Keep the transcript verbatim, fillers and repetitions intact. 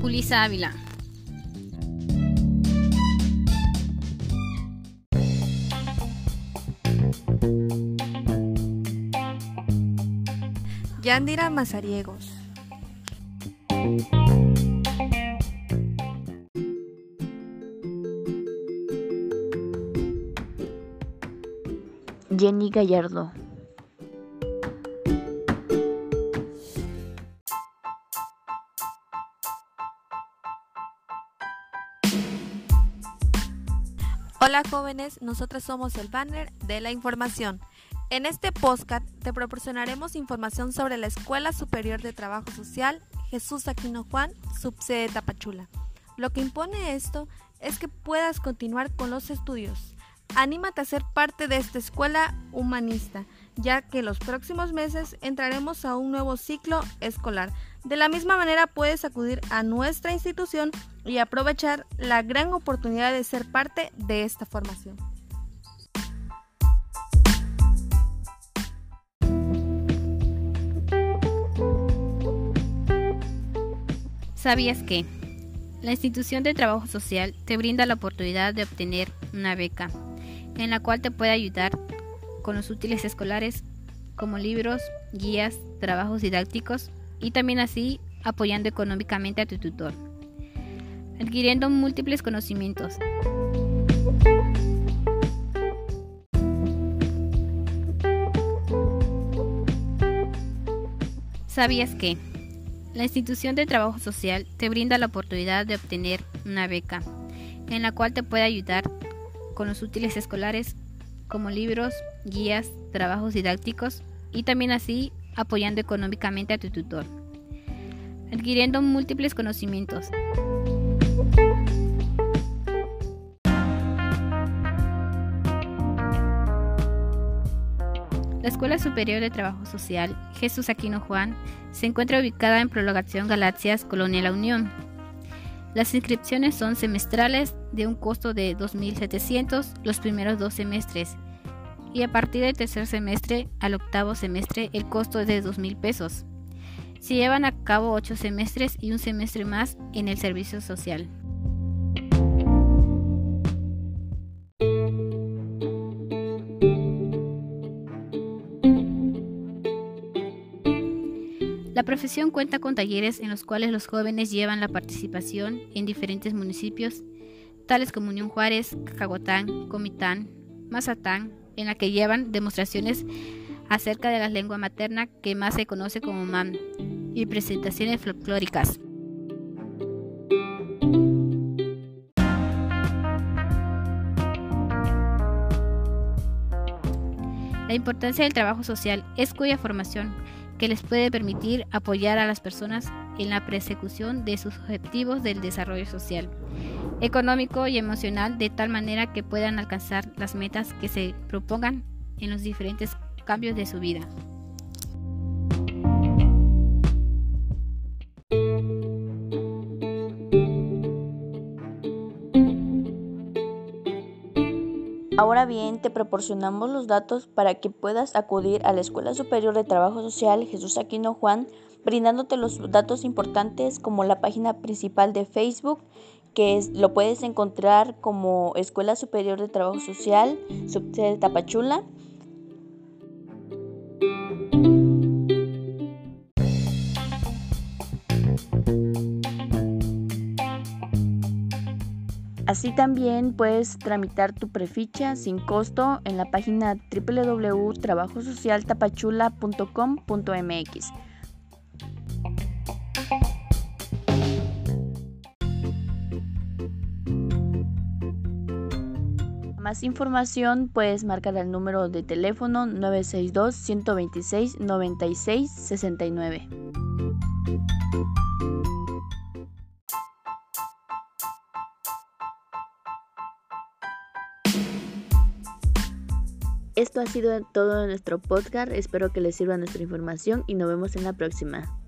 Julissa Ávila. Yandira Mazariegos. Jenny Gallardo. Hola jóvenes, nosotros somos el banner de la información. En este podcast te proporcionaremos información sobre la Escuela Superior de Trabajo Social Jesús Aquino Juan, subsede Tapachula. Lo que impone esto es que puedas continuar con los estudios. Anímate a ser parte de esta escuela humanista, ya que los próximos meses entraremos a un nuevo ciclo escolar. De la misma manera puedes acudir a nuestra institución y aprovechar la gran oportunidad de ser parte de esta formación. ¿Sabías que la institución de trabajo social te brinda la oportunidad de obtener una beca, en la cual te puede ayudar con los útiles escolares como libros, guías, trabajos didácticos y también así apoyando económicamente a tu tutor, adquiriendo múltiples conocimientos? ¿Sabías que la institución de trabajo social te brinda la oportunidad de obtener una beca, en la cual te puede ayudar con los útiles escolares como libros, guías, trabajos didácticos y también así apoyando económicamente a tu tutor, adquiriendo múltiples conocimientos? La Escuela Superior de Trabajo Social Jesús Aquino Juan se encuentra ubicada en Prolongación Galaxias, Colonia La Unión. Las inscripciones son semestrales de un costo de dos mil setecientos los primeros dos semestres y a partir del tercer semestre al octavo semestre el costo es de dos mil pesos. Se llevan a cabo ocho semestres y un semestre más en el servicio social. La profesión cuenta con talleres en los cuales los jóvenes llevan la participación en diferentes municipios, tales como Unión Juárez, Cacahuatán, Comitán, Mazatán, en la que llevan demostraciones acerca de la lengua materna que más se conoce como mam y presentaciones folclóricas. La importancia del trabajo social es cuya formación que les puede permitir apoyar a las personas en la persecución de sus objetivos del desarrollo social, económico y emocional de tal manera que puedan alcanzar las metas que se propongan en los diferentes cambios de su vida. Ahora bien, te proporcionamos los datos para que puedas acudir a la Escuela Superior de Trabajo Social Jesús Aquino Juan, brindándote los datos importantes como la página principal de Facebook, que es, lo puedes encontrar como Escuela Superior de Trabajo Social, subsede Tapachula. Así también puedes tramitar tu preficha sin costo en la página doble u doble u doble u punto trabajo social tapachula punto com punto m x. Para más información puedes marcar el número de teléfono nueve seis dos, uno dos seis, nueve seis seis nueve. Esto ha sido todo en nuestro podcast, espero que les sirva nuestra información y nos vemos en la próxima.